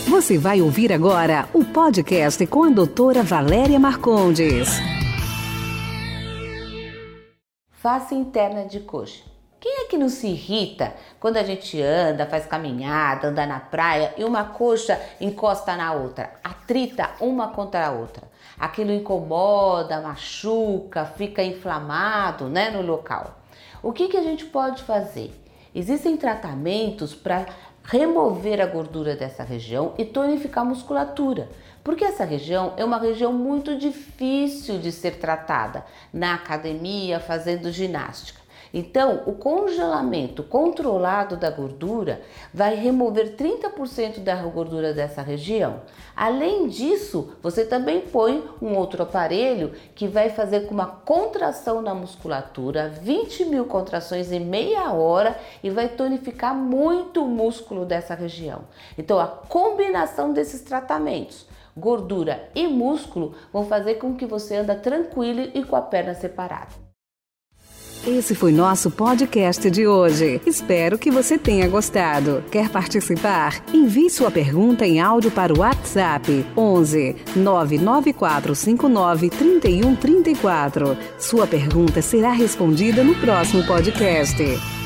Você vai ouvir agora o podcast com a doutora Valéria Marcondes. Face interna de coxa. Quem é que não se irrita quando a gente anda, faz caminhada, anda na praia e uma coxa encosta na outra, atrita uma contra a outra? Aquilo incomoda, machuca, fica inflamado, no local. O que a gente pode fazer? Existem tratamentos para remover a gordura dessa região e tonificar a musculatura, porque essa região é uma região muito difícil de ser tratada na academia, fazendo ginástica. Então, o congelamento controlado da gordura vai remover 30% da gordura dessa região. Além disso, você também põe um outro aparelho que vai fazer com uma contração na musculatura, 20.000 contrações em meia hora, e vai tonificar muito o músculo dessa região. Então, a combinação desses tratamentos, gordura e músculo, vão fazer com que você ande tranquilo e com a perna separada. Esse foi nosso podcast de hoje. Espero que você tenha gostado. Quer participar? Envie sua pergunta em áudio para o WhatsApp 11 99459 3134. Sua pergunta será respondida no próximo podcast.